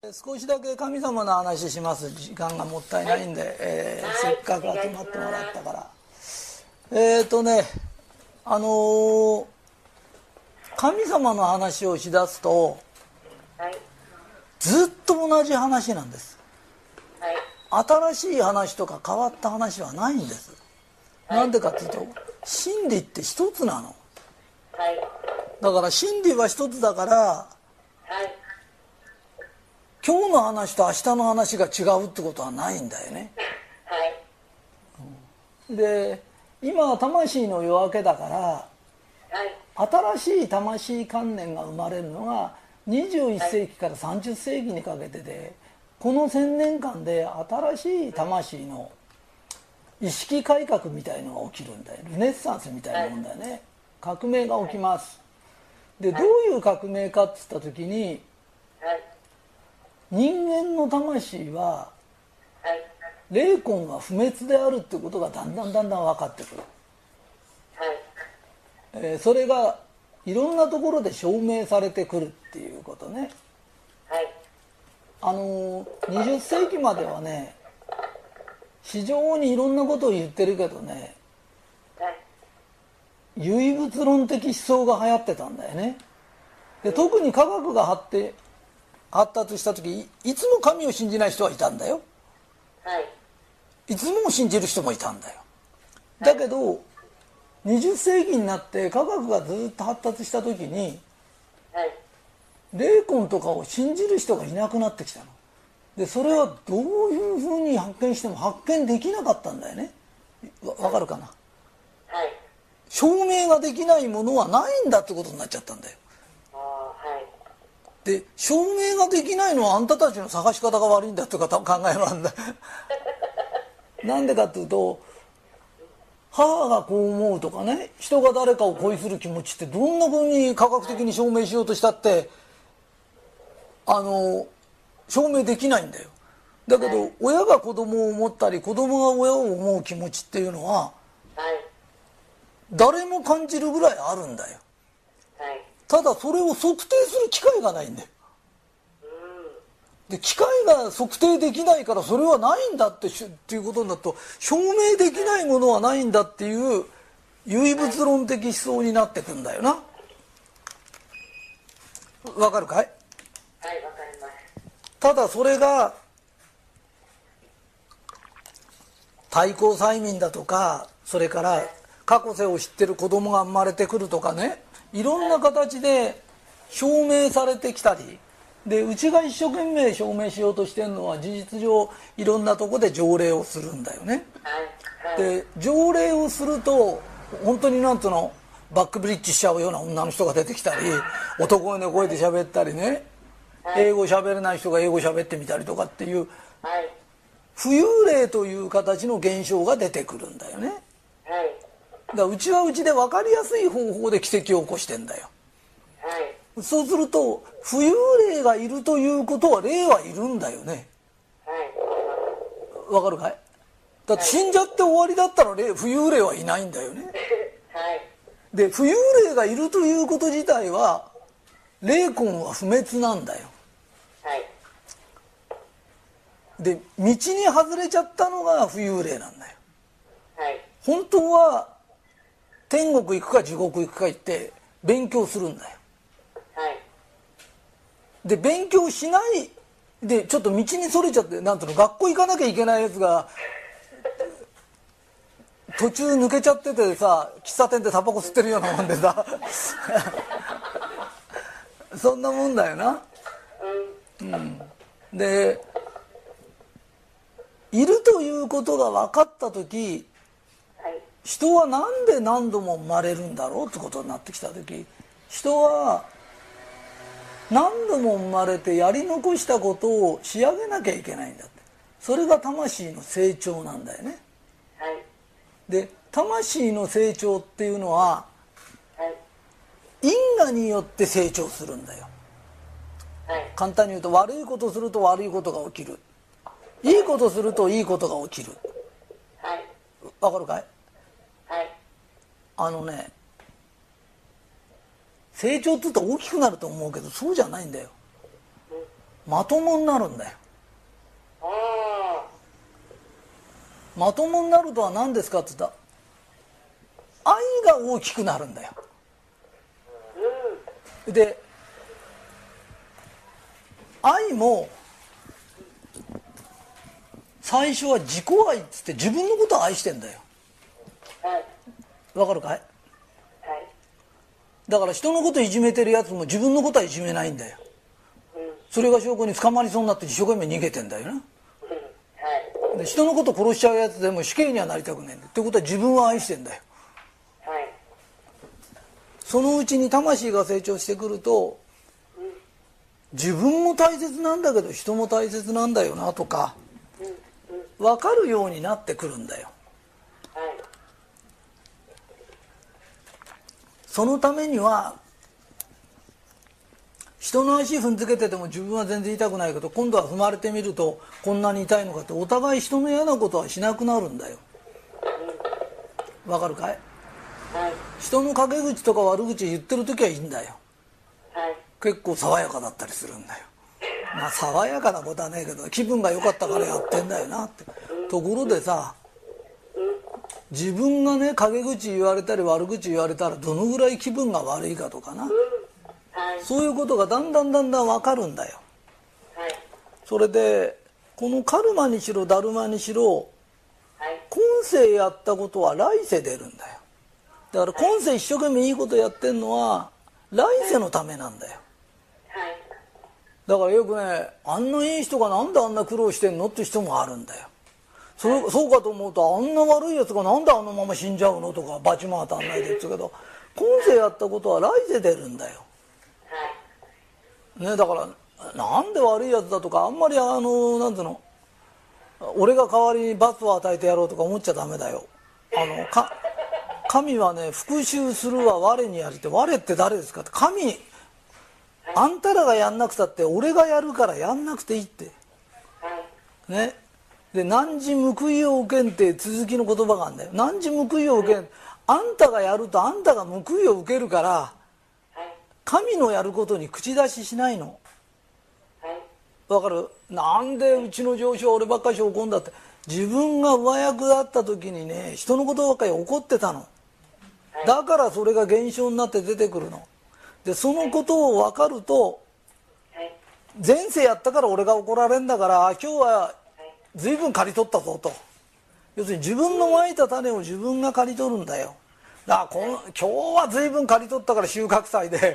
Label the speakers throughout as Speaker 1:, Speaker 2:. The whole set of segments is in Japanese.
Speaker 1: 少しだけ神様の話します。時間がもったいないんで、せっかく集まってもらったから。神様の話をしだすと、ずっと同じ話なんです。新しい話とか変わった話はないんです。なんでかっていうと、真理って一つなの。だから真理は一つだから、今日の話と明日の話が違うってことはないんだよね。で、今は魂の夜明けだから、新しい魂観念が生まれるのが21世紀から30世紀にかけてで、この1000年間で新しい魂の意識改革みたいのが起きるんだよ。ルネッサンスみたいなもんだよね。革命が起きます。で、どういう革命かって言った時に、人間の魂は霊魂は不滅であるってことがだんだん分かってくる。それがいろんなところで証明されてくるっていうことね。20世紀まではね、非常にいろんなことを言ってるけどね、唯物論的思想が流行ってたんだよね。で、特に科学が発達した時、いつも神を信じない人はいたんだよ。いつも信じる人もいたんだよ。だけど20世紀になって科学がずっと発達した時に、霊魂とかを信じる人がいなくなってきたので、それはどういうふうに発見しても発見できなかったんだよね。わかるかな。証明ができないものはないんだってことになっちゃったんだよ。で、証明ができないのはあんたたちの探し方が悪いんだとか考えもあるんだ。なんでかっていうと、母がこう思うとかね、人が誰かを恋する気持ちってどんなふうに科学的に証明しようとしたって証明できないんだよ。だけど親が子供を思ったり子供が親を思う気持ちっていうのは誰も感じるぐらいあるんだよ。ただそれを測定する機会がないんだよ。で、機械が測定できないからそれはないんだっていうことになると、証明できないものはないんだっていう唯物論的思想になってくんだよな。わかるかい？
Speaker 2: はい、わかります。
Speaker 1: ただそれが対抗催眠だとか、それから過去世を知ってる子供が生まれてくるとかね、いろんな形で証明されてきたりで、うちが一生懸命証明しようとしてるのは事実上いろんなとこで条例をするんだよね。で、条例をすると本当になんつうの、バックブリッジしちゃうような女の人が出てきたり、男の声で喋ったりね、英語喋れない人が英語喋ってみたりとかっていう浮遊霊という形の現象が出てくるんだよね。だからうちはうちで分かりやすい方法で奇跡を起こしてんだよ。そうすると浮遊霊がいるということは霊はいるんだよね。わかるかい？だって死んじゃって終わりだったら浮遊霊はいないんだよね。で、浮遊霊がいるということ自体は霊魂は不滅なんだよ。で、道に外れちゃったのが浮遊霊なんだよ。本当は天国行くか地獄行くか行って勉強するんだよ。で、勉強しないでちょっと道にそれちゃって、なんていうの、学校行かなきゃいけないやつが途中抜けちゃっててさ、喫茶店でタバコ吸ってるようなもんでさそんなもんだよな。で、いるということが分かった時、人はなんで何度も生まれるんだろうってことになってきた時、人は何度も生まれてやり残したことを仕上げなきゃいけないんだって。それが魂の成長なんだよね。で、魂の成長っていうのは因果によって成長するんだよ。簡単に言うと、悪いことすると悪いことが起きる、いいことするといいことが起きる。わかるかい？成長って言うと大きくなると思うけど、そうじゃないんだよ。 まともになるんだよ。まともになるとは何ですかって言ったら、愛が大きくなるんだよ。で愛も最初は自己愛っつって自分のことを愛してんだよ。わかるかい？だから人のこといじめてるやつも自分のことはいじめないんだよ。それが証拠に捕まりそうになって一生懸命逃げてんだよな。で人のこと殺しちゃうやつでも死刑にはなりたくないんだってことは自分を愛してんだよ。そのうちに魂が成長してくると、自分も大切なんだけど人も大切なんだよなとか分かるようになってくるんだよ。そのためには人の足踏んづけてても自分は全然痛くないけど、今度は踏まれてみるとこんなに痛いのかって、お互い人の嫌なことはしなくなるんだよ。わかるかい？人の陰口とか悪口言ってる時はいいんだよ。結構爽やかだったりするんだよ。まあ爽やかなことはねえけど気分が良かったからやってんだよなって。ところでさ、自分がね陰口言われたり悪口言われたらどのぐらい気分が悪いかとかな、そういうことがだんだん分かるんだよ。それでこのカルマにしろダルマにしろ、今世やったことは来世出るんだよ。だから今世一生懸命いいことやってんのは来世のためなんだよ。だからよくね、あんないい人がなんであんな苦労してんのって人もあるんだよ。そうかと思うと、あんな悪いやつがなんであのまま死んじゃうのとかバチも当たんないでって言うけど、今世やったことは来世出るんだよ。ね、だからなんで悪いやつだとかあんまりなんていうの、俺が代わりに罰を与えてやろうとか思っちゃダメだよ。神はね、復讐するは我にやりって、我って誰ですかって、神、あんたらがやんなくたって俺がやるからやんなくていいってね。で何時報いを受けんって続きの言葉があるんだよ。何時報いを受けん、あんたがやるとあんたが報いを受けるから、神のやることに口出ししないの。わかる？なんでうちの上司は俺ばっかし怒んだって、自分が上役だった時にね、人のことばっかり怒ってたの。だからそれが現象になって出てくるの。でそのことを分かると、前世やったから俺が怒られんだから今日は随分刈り取ったぞと。要するに自分のまいた種を自分が刈り取るんだよ。だから今日は随分刈り取ったから収穫祭で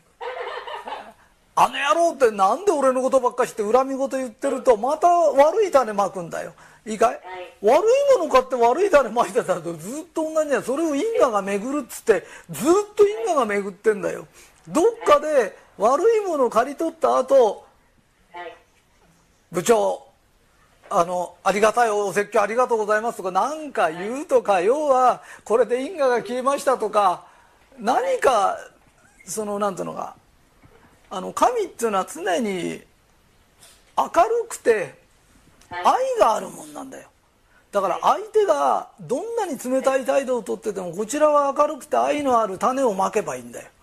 Speaker 1: あの野郎ってなんで俺のことばっかしって恨み事言ってると、また悪い種まくんだよ。いいかい？悪いもの買って悪い種まいてたらずっと同じや。それを因果が巡るっつってずっと因果が巡ってんだよ。どっかで悪いものを刈り取った後、部長ありがたいお説教ありがとうございますとか何か言うとか、要はこれで因果が消えましたとか、何かそのなんていうのか、神っていうのは常に明るくて愛があるもんなんだよ。だから相手がどんなに冷たい態度をとってても、こちらは明るくて愛のある種をまけばいいんだよ。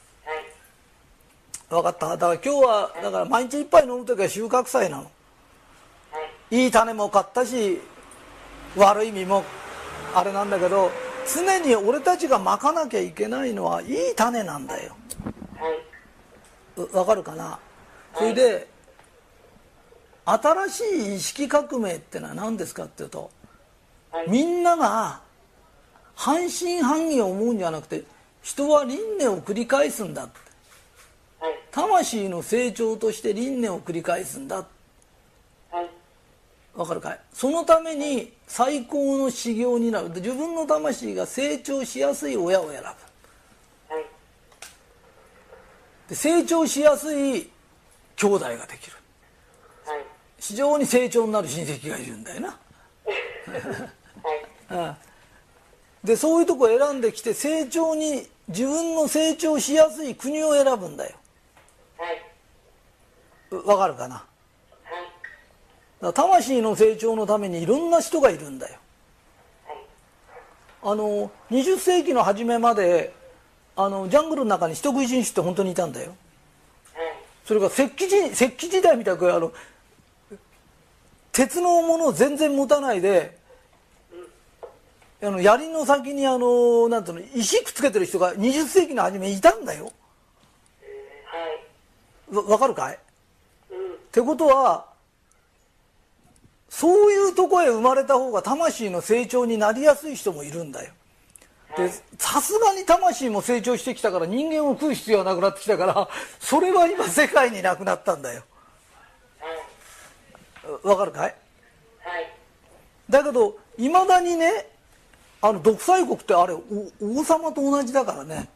Speaker 1: 分かった？だから今日はだから毎日一杯飲む時は収穫祭なの。いい種も買ったし悪い実もあれなんだけど、常に俺たちがまかなきゃいけないのはいい種なんだよ。わかるかな？それで新しい意識革命ってのは何ですかっていうと、みんなが半信半疑を思うんじゃなくて、人は輪廻を繰り返すんだって、魂の成長として輪廻を繰り返すんだ。わかるかい？そのために最高の修行になる。自分の魂が成長しやすい親を選ぶ。で成長しやすい兄弟ができる。非常に成長になる親戚がいるんだよな。でそういうとこを選んできて、成長に自分の成長しやすい国を選ぶんだよ。わかるかな？だから魂の成長のためにいろんな人がいるんだよ。20世紀の初めまでジャングルの中に人食い人種って本当にいたんだよ。 それから石器時代みたく鉄のものを全然持たないで、槍の先になんていうの、石くっつけてる人が20世紀の初めいたんだよ。わかるかい？ってことはそういうとこへ生まれた方が魂の成長になりやすい人もいるんだよ。でさすがに魂も成長してきたから人間を食う必要はなくなってきたから、それは今世界になくなったんだよ。わかるかい？だけどいまだにね、独裁国ってあれ王様と同じだからね。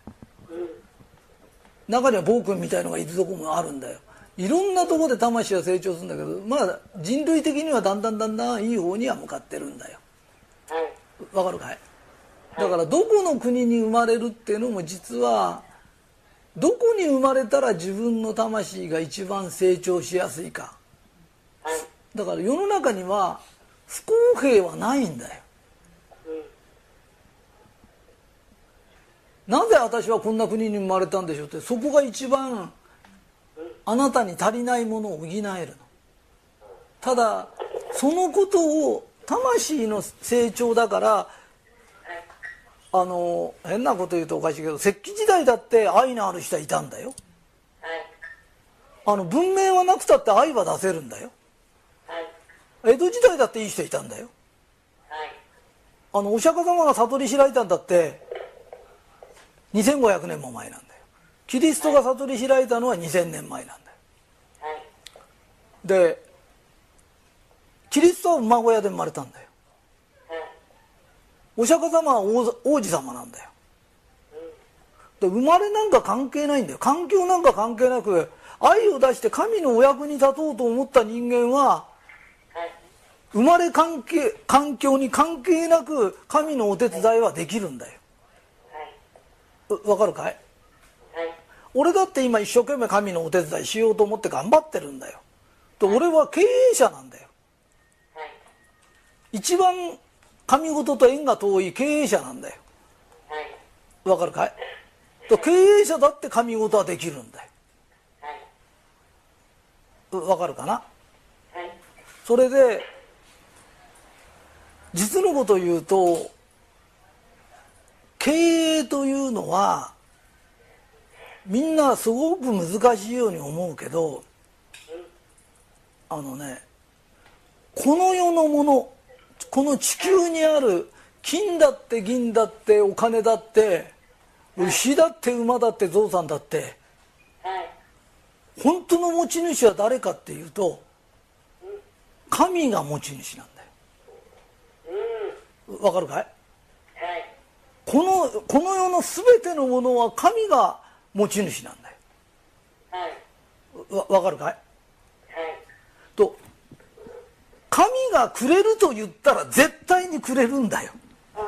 Speaker 1: 中には暴君みたいのがいるとこもあるんだよ。いろんなとこで魂は成長するんだけど、まあ人類的にはだんだんいい方には向かってるんだよ。わかるかい？だからどこの国に生まれるっていうのも実は、どこに生まれたら自分の魂が一番成長しやすいか。だから世の中には不公平はないんだよ。なぜ私はこんな国に生まれたんでしょうって、そこが一番あなたに足りないものを補えるの。ただそのことを魂の成長だから、変なこと言うとおかしいけど、石器時代だって愛のある人はいたんだよ。文明はなくたって愛は出せるんだよ。江戸時代だっていい人いたんだよ。お釈迦様が悟り開いたんだって2500年も前なんだよ。キリストが悟り開いたのは2000年前なんだよ。でキリストは馬小屋で生まれたんだよ。お釈迦様は王子様なんだよ。で生まれなんか関係ないんだよ。環境なんか関係なく、愛を出して神のお役に立とうと思った人間は、生まれ環境に関係なく神のお手伝いはできるんだよ。わかるかい？俺だって今一生懸命神のお手伝いしようと思って頑張ってるんだよ。で俺は経営者なんだよ。一番神事と縁が遠い経営者なんだよ。わかるかい？経営者だって神事はできるんだよ。わかるかな？それで実のことを言うと、経営というのはみんなすごく難しいように思うけど、この世のもの、この地球にある金だって銀だってお金だって牛だって馬だってゾウさんだって、本当の持ち主は誰かっていうと神が持ち主なんだよ。わかるかい？この世の全てのものは神が持ち主なんだよ。わかるかい？と神がくれると言ったら絶対にくれるんだよ。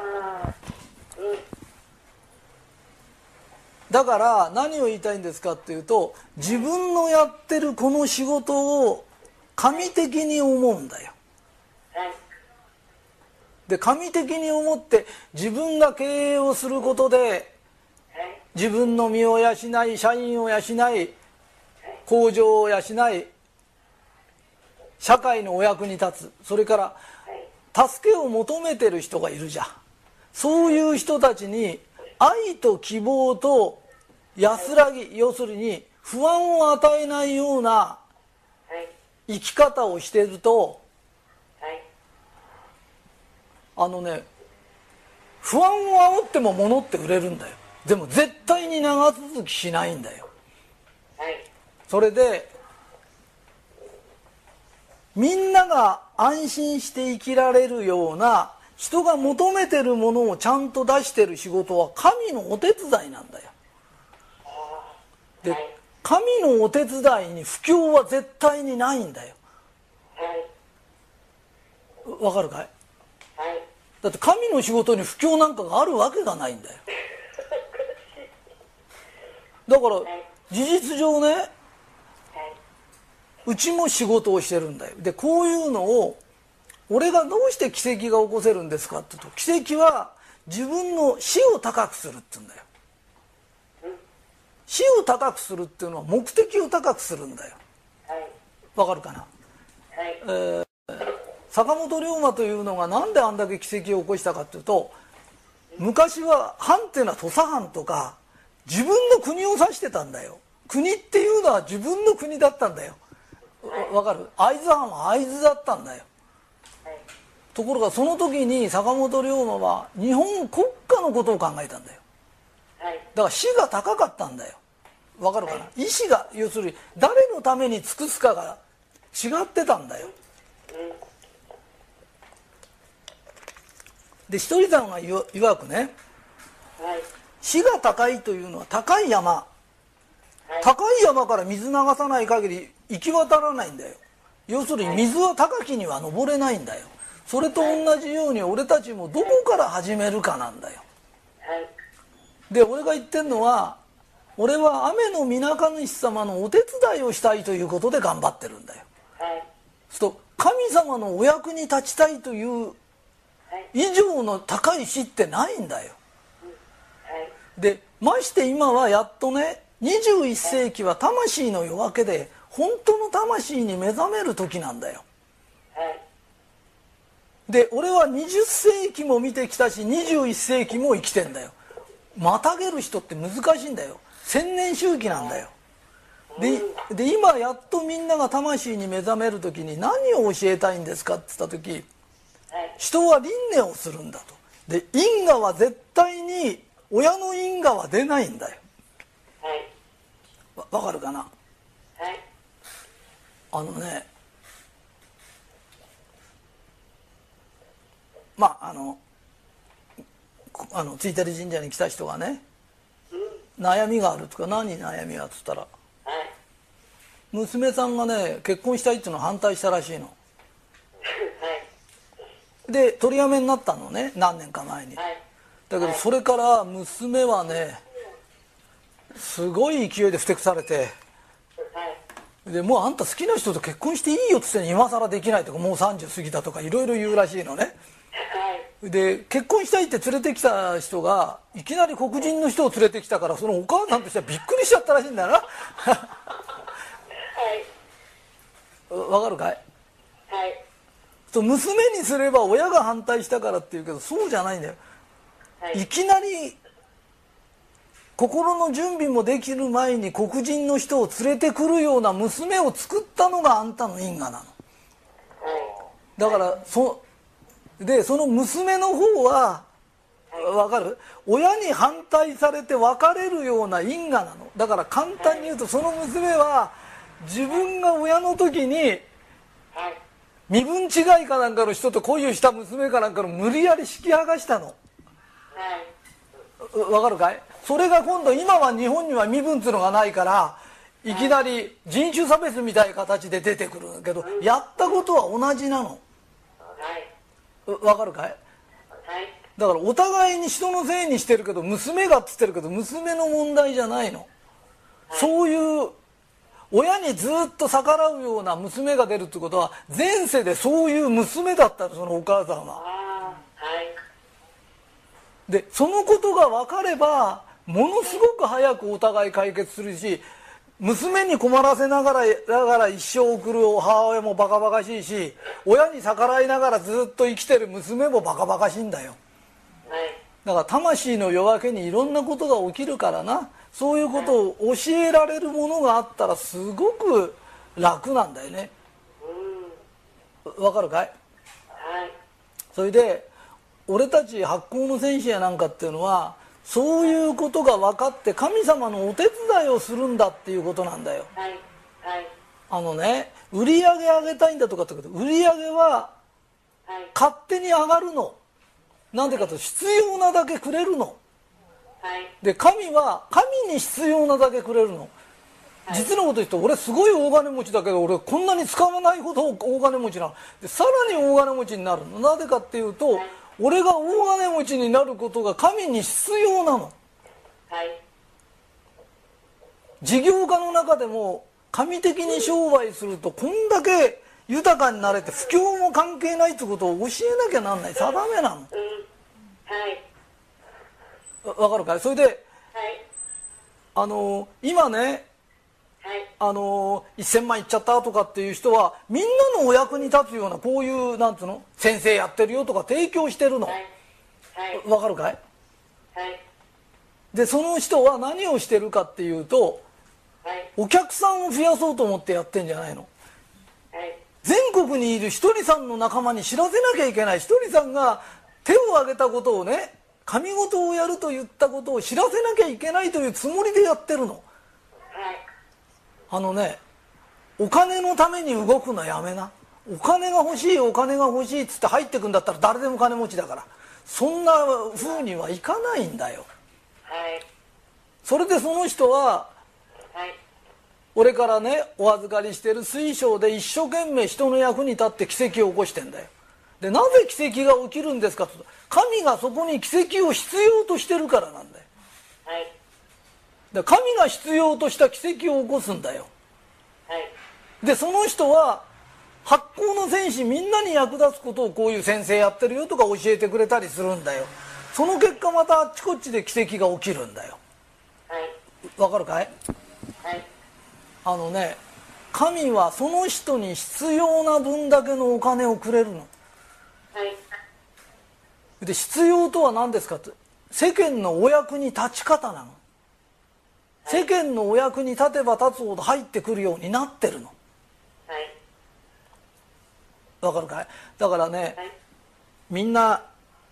Speaker 1: だから何を言いたいんですかっていうと、自分のやってるこの仕事を神的に思うんだよ。で神的に思って自分が経営をすることで自分の身を養い、社員を養い、工場を養い、社会のお役に立つ、それから助けを求めてる人がいるじゃん。そういう人たちに愛と希望と安らぎ、要するに不安を与えないような生き方をしていると、不安を煽っても物って売れるんだよ。でも絶対に長続きしないんだよ。それでみんなが安心して生きられるような、人が求めてるものをちゃんと出してる仕事は神のお手伝いなんだよ。で神のお手伝いに不況は絶対にないんだよ。わかるかい？だって神の仕事に不況なんかがあるわけがないんだよ。だから事実上ね、うちも仕事をしてるんだよ。でこういうのを俺がどうして奇跡が起こせるんですかって言うと、奇跡は自分の死を高くするって言うんだよ。 死を高くするっていうのは目的を高くするんだよ。
Speaker 2: はい。
Speaker 1: わかるかな。
Speaker 2: はい。
Speaker 1: 坂本龍馬というのがなんであんだけ奇跡を起こしたかっていうと、昔は藩っていうのは土佐藩とか自分の国を指してたんだよ。国っていうのは自分の国だったんだよ。わかる？会津藩は会津だったんだよ。
Speaker 2: はい。
Speaker 1: ところがその時に坂本龍馬は日本国家のことを考えたんだよ。
Speaker 2: はい。
Speaker 1: だから死が高かったんだよ。わかるかな。意志が、要するに誰のために尽くすかが違ってたんだよ。で一人さんが曰くね、
Speaker 2: はい。
Speaker 1: 死が高いというのは高い山、
Speaker 2: はい。
Speaker 1: 高い山から水流さない限り行き渡らないんだよ。要するに水は高きには登れないんだよ。それと同じように俺たちもどこから始めるかなんだよ。
Speaker 2: はい。
Speaker 1: で俺が言ってるのは、俺は雨の皆神主様のお手伝いをしたいということで頑張ってるんだよ。
Speaker 2: はい。
Speaker 1: そうすると神様のお役に立ちたいという以上の高い死ってないんだよ。
Speaker 2: はい。
Speaker 1: でまして今はやっとね、21世紀は魂の夜明けで本当の魂に目覚める時なんだよ。
Speaker 2: はい。
Speaker 1: で俺は20世紀も見てきたし21世紀も生きてんだよ。またげる人って難しいんだよ。千年周期なんだよ。で今やっとみんなが魂に目覚める時に何を教えたいんですかって言った時、
Speaker 2: はい。
Speaker 1: 人は輪廻をするんだと。で因果は絶対に親の因果は出ないんだよ。
Speaker 2: はい。
Speaker 1: わかるかな。
Speaker 2: はい。
Speaker 1: あのね、ついてる神社に来た人がね、悩みがあるとか、何悩みはっつったら、
Speaker 2: はい。
Speaker 1: 娘さんがね結婚したいっていうのを反対したらしいの。
Speaker 2: はい。
Speaker 1: で取りやめになったのね、何年か前に。
Speaker 2: はい。
Speaker 1: だけどそれから娘はねすごい勢いでふてくされて、
Speaker 2: はい。
Speaker 1: でもうあんた好きな人と結婚していいよっつって今更できないとか、もう30過ぎたとかいろいろ言うらしいのね。
Speaker 2: はい。
Speaker 1: で結婚したいって連れてきた人がいきなり黒人の人を連れてきたから、そのお母さんとしてはびっくりしちゃったらしいんだよな。わかるかい。
Speaker 2: はい。
Speaker 1: そう娘にすれば親が反対したからって言うけど、そうじゃないんだよ。
Speaker 2: はい。
Speaker 1: いきなり心の準備もできる前に黒人の人を連れてくるような娘を作ったのがあんたの因果なの。だからその娘の方は分かる、親に反対されて別れるような因果なの。だから簡単に言うと、その娘は自分が親の時に
Speaker 2: はい。
Speaker 1: 身分違いかなんかの人と恋をした娘かなんかの無理やり引き剥がしたの。
Speaker 2: はい。
Speaker 1: 分かるかい。それが今度今は日本には身分っていうのがないから、いきなり人種差別みたいな形で出てくるんだけど、やったことは同じなの。
Speaker 2: はい。
Speaker 1: 分かるかい。
Speaker 2: はい。
Speaker 1: だからお互いに人のせいにしてるけど、娘がっつってるけど娘の問題じゃないの。そういう親にずっと逆らうような娘が出るってことは、前世でそういう娘だったの、そのお母さんは。
Speaker 2: ああ。はい。
Speaker 1: でそのことが分かればものすごく早くお互い解決するし、娘に困らせながら一生送る母親もバカバカしいし、親に逆らいながらずっと生きてる娘もバカバカしいんだよ。
Speaker 2: はい。
Speaker 1: だから魂の夜明けにいろんなことが起きるからな、そういうことを教えられるものがあったらすごく楽なんだよね。わかるかい。
Speaker 2: はい。
Speaker 1: それで俺たち発酵の戦士やなんかっていうのは、そういうことが分かって神様のお手伝いをするんだっていうことなんだよ。
Speaker 2: はい。はい。
Speaker 1: 売り上げ上げたいんだとかってこと、売り上げは
Speaker 2: はい。
Speaker 1: 勝手に上がるの。なんでかと、必要なだけくれるの。
Speaker 2: はい。
Speaker 1: で神は神に必要なだけくれるの。実のこと言うと、俺すごい大金持ちだけど、俺こんなに使わないほど大金持ちなので、さらに大金持ちになるの。なぜかっていうと、俺が大金持ちになることが神に必要なの。
Speaker 2: はい。
Speaker 1: 事業家の中でも神的に商売するとこんだけ豊かになれて、不況も関係ないってことを教えなきゃなんない、定めなの。
Speaker 2: はい。
Speaker 1: わかるかい。それで
Speaker 2: はい。
Speaker 1: 今ね、
Speaker 2: はい。
Speaker 1: 1000万いっちゃったとかっていう人はみんなのお役に立つようなこういうなんつうの先生やってるよとか提供してるの。
Speaker 2: はい。はい。
Speaker 1: わかるかい？
Speaker 2: はい。
Speaker 1: でその人は何をしてるかっていうと、
Speaker 2: はい。
Speaker 1: お客さんを増やそうと思ってやってんじゃないの。
Speaker 2: はい。
Speaker 1: 全国にいるひとりさんの仲間に知らせなきゃいけない。ひとりさんが手を挙げたことをね、神事をやると言ったことを知らせなきゃいけないというつもりでやってるの。
Speaker 2: はい。
Speaker 1: お金のために動くのやめな。お金が欲しいお金が欲しいっつって入ってくんだったら誰でも金持ちだから、そんな風にはいかないんだよ。
Speaker 2: はい。
Speaker 1: それでその人は
Speaker 2: はい。
Speaker 1: 俺からねお預かりしてる水晶で一生懸命人の役に立って奇跡を起こしてんだよ。でなぜ奇跡が起きるんですかと、神がそこに奇跡を必要としてるからなんだよ。
Speaker 2: はい。
Speaker 1: で神が必要とした奇跡を起こすんだよ。
Speaker 2: はい。
Speaker 1: でその人は発光の戦士みんなに役立つことをこういう先生やってるよとか教えてくれたりするんだよ。その結果またあっちこっちで奇跡が起きるんだよ。
Speaker 2: はい。
Speaker 1: わかるかい？
Speaker 2: はい。
Speaker 1: 神はその人に必要な分だけのお金をくれるの。
Speaker 2: はい。
Speaker 1: で必要とは何ですかって、世間のお役に立ち方なの。世間のお役に立てば立つほど入ってくるようになってるの。
Speaker 2: はい。
Speaker 1: わかるかい？だからね、
Speaker 2: はい。
Speaker 1: みんな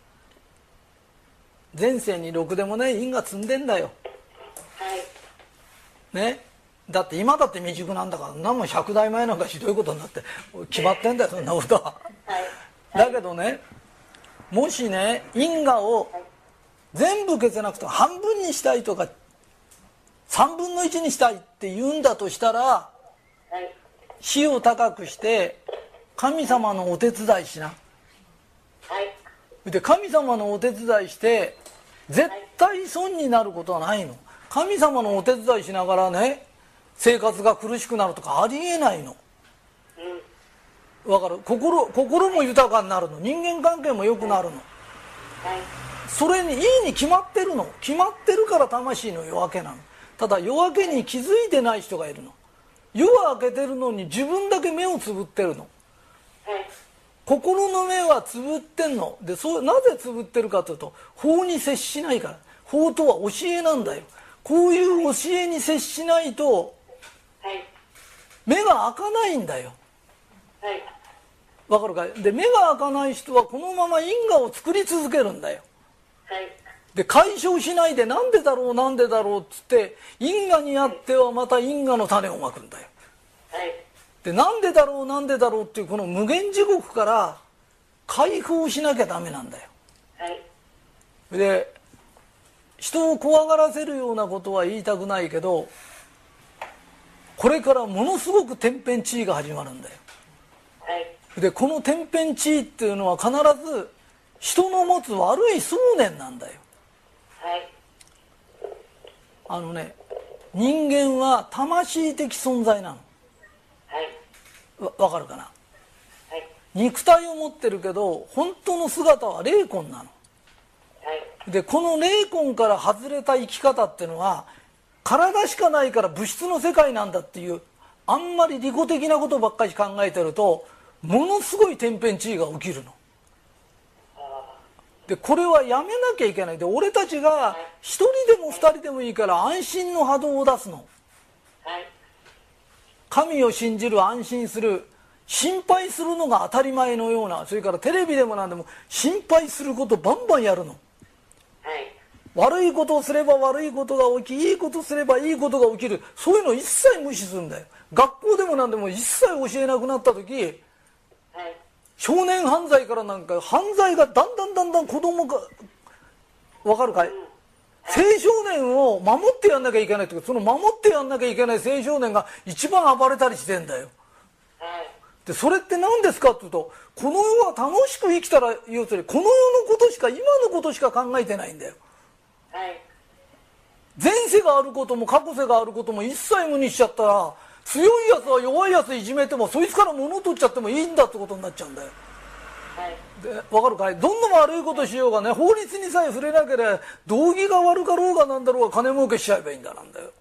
Speaker 1: 前世にろくでもない因果積んでんだよ。
Speaker 2: はい。
Speaker 1: ね、だって今だって未熟なんだから、何も100代前なんかひどいことになって決まってんだよ、そんなことは。
Speaker 2: はい。
Speaker 1: だけどね、もしね因果を全部消せなくて半分にしたいとか3分の1にしたいって言うんだとしたら、
Speaker 2: はい。
Speaker 1: 火を高くして神様のお手伝いしな。
Speaker 2: はい。
Speaker 1: で神様のお手伝いして絶対損になることはないの。神様のお手伝いしながらね生活が苦しくなるとかありえないの。
Speaker 2: うん。
Speaker 1: わかる？心も豊かになるの。人間関係も良くなるの。
Speaker 2: はい。
Speaker 1: それにいいに決まってるの。決まってるから魂の夜明けなの。ただ夜明けに気づいてない人がいるの。夜は明けてるのに自分だけ目をつぶってるの。
Speaker 2: はい。
Speaker 1: 心の目はつぶってんので、なぜつぶってるかというと、法に接しないから。法とは教えなんだよ。こういう教えに接しないと
Speaker 2: はい。
Speaker 1: 目が開かないんだよ。
Speaker 2: はい。
Speaker 1: わかるかい？で目が開かない人はこのまま因果を作り続けるんだよ。
Speaker 2: はい。
Speaker 1: で解消しないでなんでだろうなんでだろうっつって因果にあってはまた因果の種をまくんだよ。
Speaker 2: はい。
Speaker 1: でなんでだろうなんでだろうっていうこの無限地獄から解放しなきゃダメなんだよ。
Speaker 2: はい。
Speaker 1: で人を怖がらせるようなことは言いたくないけど、これからものすごく天変地異が始まるんだよ。
Speaker 2: はい。
Speaker 1: でこの天変地異っていうのは必ず人の持つ悪い想念なんだよ。
Speaker 2: はい。
Speaker 1: 人間は魂的存在なの。
Speaker 2: はい。
Speaker 1: わかるかな？
Speaker 2: はい。
Speaker 1: 肉体を持ってるけど本当の姿は霊魂なの。
Speaker 2: はい。
Speaker 1: でこの霊魂から外れた生き方っていうのは体しかないから物質の世界なんだっていうあんまり利己的なことばっかり考えてるとものすごい天変地異が起きるの。でこれはやめなきゃいけない。で俺たちが一人でも二人でもいいから安心の波動を出すの。
Speaker 2: はい。
Speaker 1: 神を信じる、安心する、心配するのが当たり前のような、それからテレビでも何でも心配することバンバンやるの。
Speaker 2: はい。
Speaker 1: 悪いことをすれば悪いことが起き、いいことすればいいことが起きる。そういうの一切無視するんだよ。学校でも何でも一切教えなくなった時、
Speaker 2: はい。
Speaker 1: 少年犯罪からなんか犯罪がだんだん子供がわかるかい？青少年を守ってやんなきゃいけないって、その守ってやんなきゃいけない青少年が一番暴れたりしてんだよ。
Speaker 2: はい。
Speaker 1: でそれって何ですかっていうと、この世は楽しく生きたら、要するにこの世のことしか、今のことしか考えてないんだよ。
Speaker 2: はい。
Speaker 1: 前世があることも過去世があることも一切無にしちゃったら、強いやつは弱いやついじめてもそいつから物を取っちゃってもいいんだってことになっちゃうんだよ。
Speaker 2: は
Speaker 1: で分かるかい？どんな悪いことしようがね、法律にさえ触れなければ道義が悪かろうがなんだろうが金儲けしちゃえばいいんだなんだよ。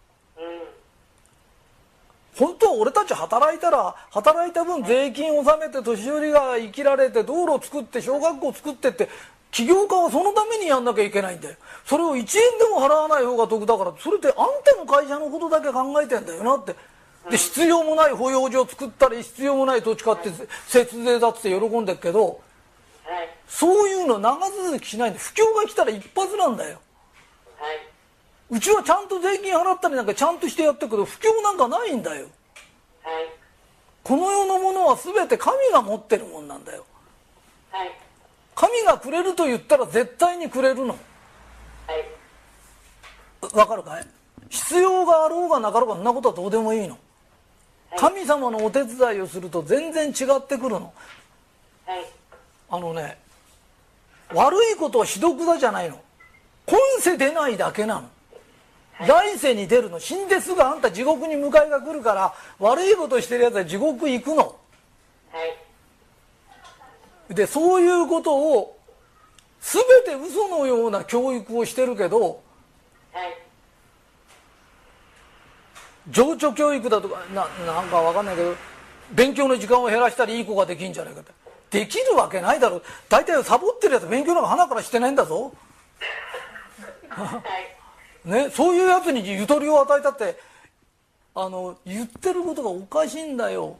Speaker 1: 本当は俺たち働いたら働いた分税金を納めて年寄りが生きられて道路を作って小学校を作ってって起業家はそのためにやんなきゃいけないんだよ。それを1円でも払わない方が得だから、それってあんたの会社のことだけ考えてんだよなって。で必要もない保養所を作ったり必要もない土地買って節税だって喜んでるけど、そういうの長続きしないんで、不況が来たら一発なんだよ。うちはちゃんと税金払ったりなんかちゃんとしてやってるけど、不況なんかないんだよ。この世のものは全て神が持ってるもんなんだよ。神がくれると言ったら絶対にくれるの。わかるかい？必要があろうがなかろうがそんなことはどうでもいいの。神様のお手伝いをすると全然違ってくるの。悪いことはひどくだじゃないの。今世出ないだけなの。来世に出るの。死んですぐあんた地獄に迎えが来るから、悪いことしてるやつは地獄行くの。でそういうことを全て嘘のような教育をしてるけど、情緒教育だとかなんか分かんないけど、勉強の時間を減らしたりいい子ができんじゃないかって。できるわけないだろう。大体サボってるやつ勉強なんか鼻からしてないんだぞ。ね、そういうやつにゆとりを与えたって言ってることがおかしいんだよ。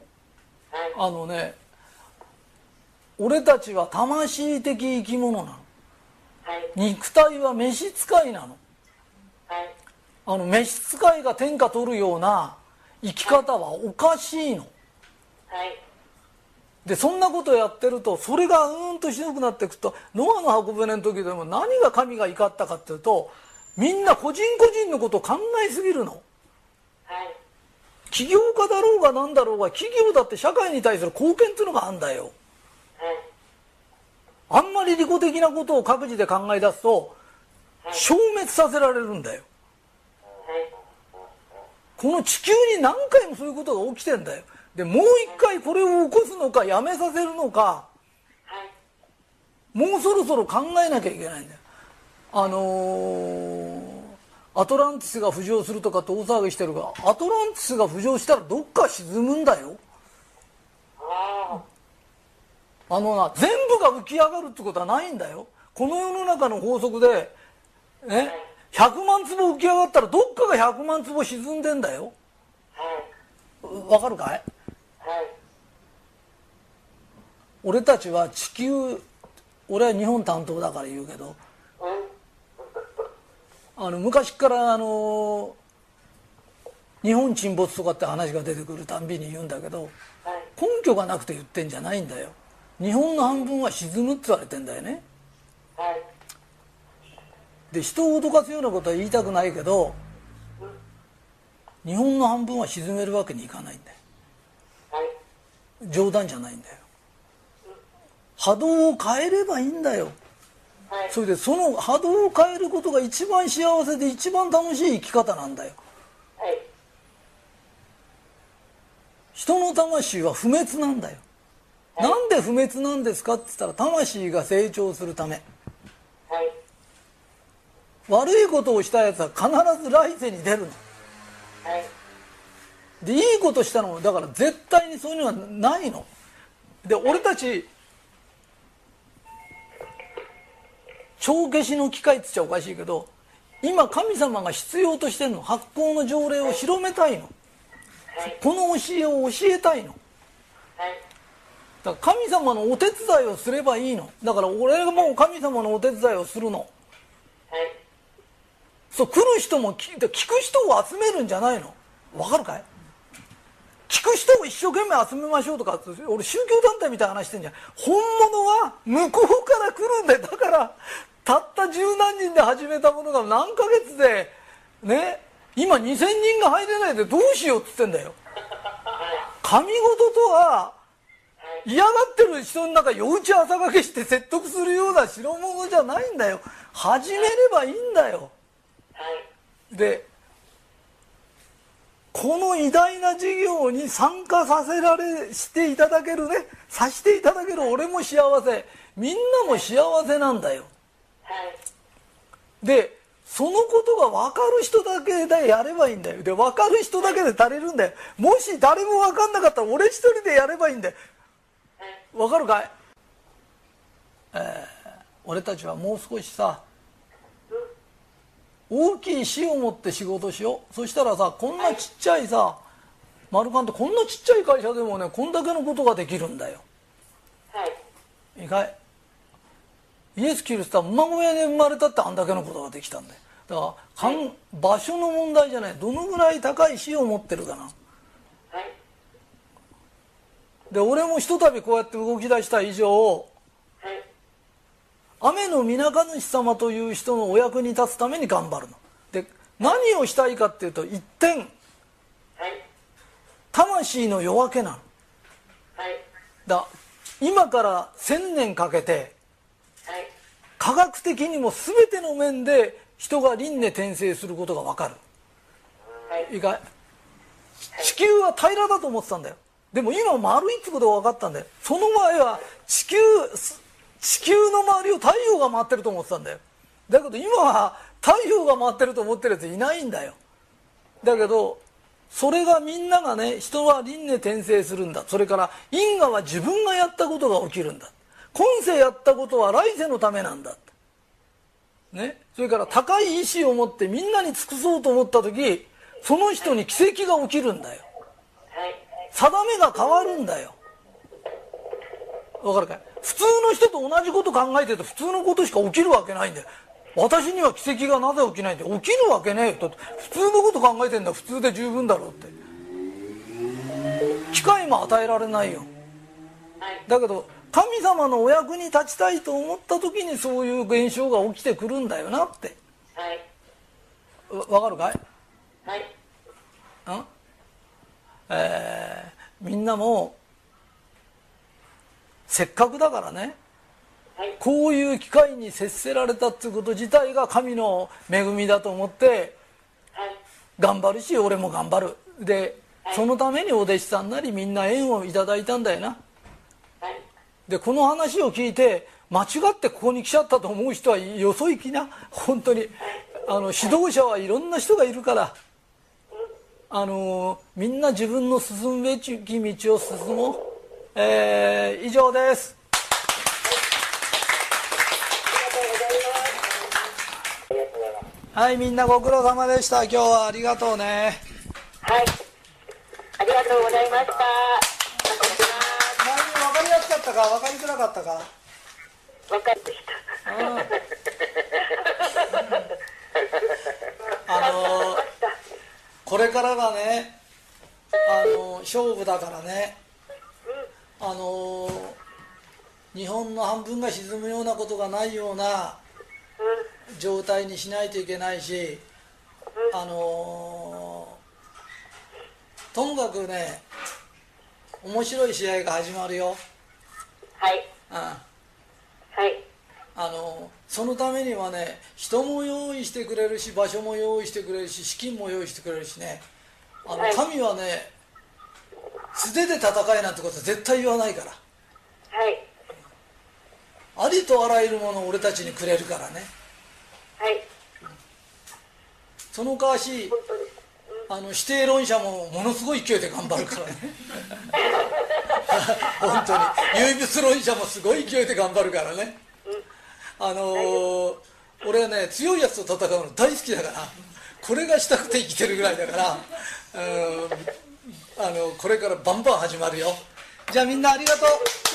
Speaker 1: 俺たちは魂的生き物なの。肉体は召使いなの。召使いが天下取るような生き方はおかしいの。でそんなことをやってると、それがとひどくなっていくと、ノアの箱舟の時でも何が神が怒ったかっていうと、みんな個人個人のことを考えすぎるの。起業家だろうが何だろうが、企業だって社会に対する貢献っていうのがあるんだよ。あんまり利己的なことを各自で考え出すと消滅させられるんだよ。この地球に何回もそういうことが起きてんだよ。でもう一回これを起こすのかやめさせるのか、もうそろそろ考えなきゃいけないんだよ。アトランティスが浮上するとかって大騒ぎしてるが、アトランティスが浮上したらどっか沈むんだよ。全部が浮き上がるってことはないんだよ。この世の中の法則で、ね、100万坪浮き上がったらどっかが100万坪沈んでんだよ。わかるかい？俺たちは地球、俺は日本担当だから言うけど、昔から日本沈没とかって話が出てくるたんびに言うんだけど、根拠がなくて言ってんじゃないんだよ。日本の半分は沈むって言われてんだよね。で人を脅かすようなことは言いたくないけど、日本の半分は沈めるわけにいかないんだよ。冗談じゃないんだよ。波動を変えればいいんだよ。それでその波動を変えることが一番幸せで一番楽しい生き方なんだよ。人の魂は不滅なんだよ。なんで不滅なんですかって言ったら、魂が成長するため。悪いことをしたやつは必ず来世に出るの。でいいことしたのもだから絶対にそういうのはないの。で俺たち帳消しの機械って言っちゃおかしいけど、今神様が必要としてるの、発行の条例を広めたいの。この教えを教えたいの。だから神様のお手伝いをすればいいの。だから俺がもう神様のお手伝いをするの。そう来る人も聞く人を集めるんじゃないの。わかるかい？聞く人を一生懸命集めましょうとか、俺宗教団体みたいな話してんじゃん。本物は向こうから来るんだよ。だからたった十何人で始めたものが何ヶ月でね、今2000人が入れないでどうしようっつってんだよ。神事とは嫌がってる人の中夜打ち朝掛けして説得するような代物じゃないんだよ。始めればいいんだよ。でこの偉大な事業に参加していただけるね、させていただける俺も幸せ、みんなも幸せなんだよ。
Speaker 2: はい。
Speaker 1: でそのことが分かる人だけでやればいいんだよ。で分かる人だけで足りるんだよ。もし誰も分かんなかったら俺一人でやればいいんだよ。分かるかい？俺たちはもう少しさ、大きい視を持って仕事しよう。そしたらさ、こんなちっちゃいさ、マルカンってこんなちっちゃい会社でもね、こんだけのことができるんだよ。
Speaker 2: はい。
Speaker 1: いいかい？イエス・キリストは馬小屋に生まれたってあんだけのことができたんだよ。だから場所の問題じゃない、どのぐらい高い視を持ってるかな。
Speaker 2: はい。
Speaker 1: で俺もひとたびこうやって動き出した以上、
Speaker 2: はい。
Speaker 1: 雨の皆主様という人のお役に立つために頑張るので、何をしたいかっていうと、一点、
Speaker 2: はい。
Speaker 1: 魂の夜明けなの。
Speaker 2: はい。
Speaker 1: だ今から1000年かけて
Speaker 2: はい。
Speaker 1: 科学的にも全ての面で人が輪廻転生することが分かる。
Speaker 2: はい。
Speaker 1: いいかい？地球は平らだと思ってたんだよ。でも今丸いってことが分かったんだよ。その前は地球の周りを太陽が回ってると思ってたんだよ。だけど今は太陽が回ってると思ってるやついないんだよ。だけどそれがみんながね、人は輪廻転生するんだ。それから因果は自分がやったことが起きるんだ。今世やったことは来世のためなんだ、ね、それから高い意志を持ってみんなに尽くそうと思った時、その人に奇跡が起きるんだよ。定めが変わるんだよ。わかるかい？普通の人と同じこと考えてると普通のことしか起きるわけないんだよ。私には奇跡がなぜ起きないんだよ。起きるわけねえよ。だって普通のこと考えてんだ、普通で十分だろうって。機会も与えられないよ。だけど神様のお役に立ちたいと思った時にそういう現象が起きてくるんだよなって。わかるかい？
Speaker 2: はい。
Speaker 1: みんなもせっかくだからね、こういう機会に接せられたっていうこと自体が神の恵みだと思って頑張るし、俺も頑張る。でそのためにお弟子さんなりみんな縁をいただいたんだよな。でこの話を聞いて間違ってここに来ちゃったと思う人はよそ行きな。本当に指導者はいろんな人がいるから、みんな自分の進むべき道を進もう。以上です。はい、みんなご苦労様でした。今日はありがとうね。
Speaker 2: はい。ありがとうございました。
Speaker 1: 分かりやすかったか分かりづらかったか？
Speaker 2: 分かりました。
Speaker 1: これからがね、勝負だからね、日本の半分が沈むようなことがないような状態にしないといけないし、ともかくね、面白い試合が始まるよ。
Speaker 2: はい。はい。
Speaker 1: そのためにはね、人も用意してくれるし、場所も用意してくれるし、資金も用意してくれるしね、神はね、素手で戦えなんてことは絶対言わないから。
Speaker 2: はい。
Speaker 1: ありとあらゆるものを俺たちにくれるからね。
Speaker 2: はい。
Speaker 1: その代わし、指定論者もものすごい勢いで頑張るからね。本当に唯物論者もすごい勢いで頑張るからね。俺はね、強いやつと戦うの大好きだから、これがしたくて生きてるぐらいだから、これからバンバン始まるよ。じゃあみんなありがとう。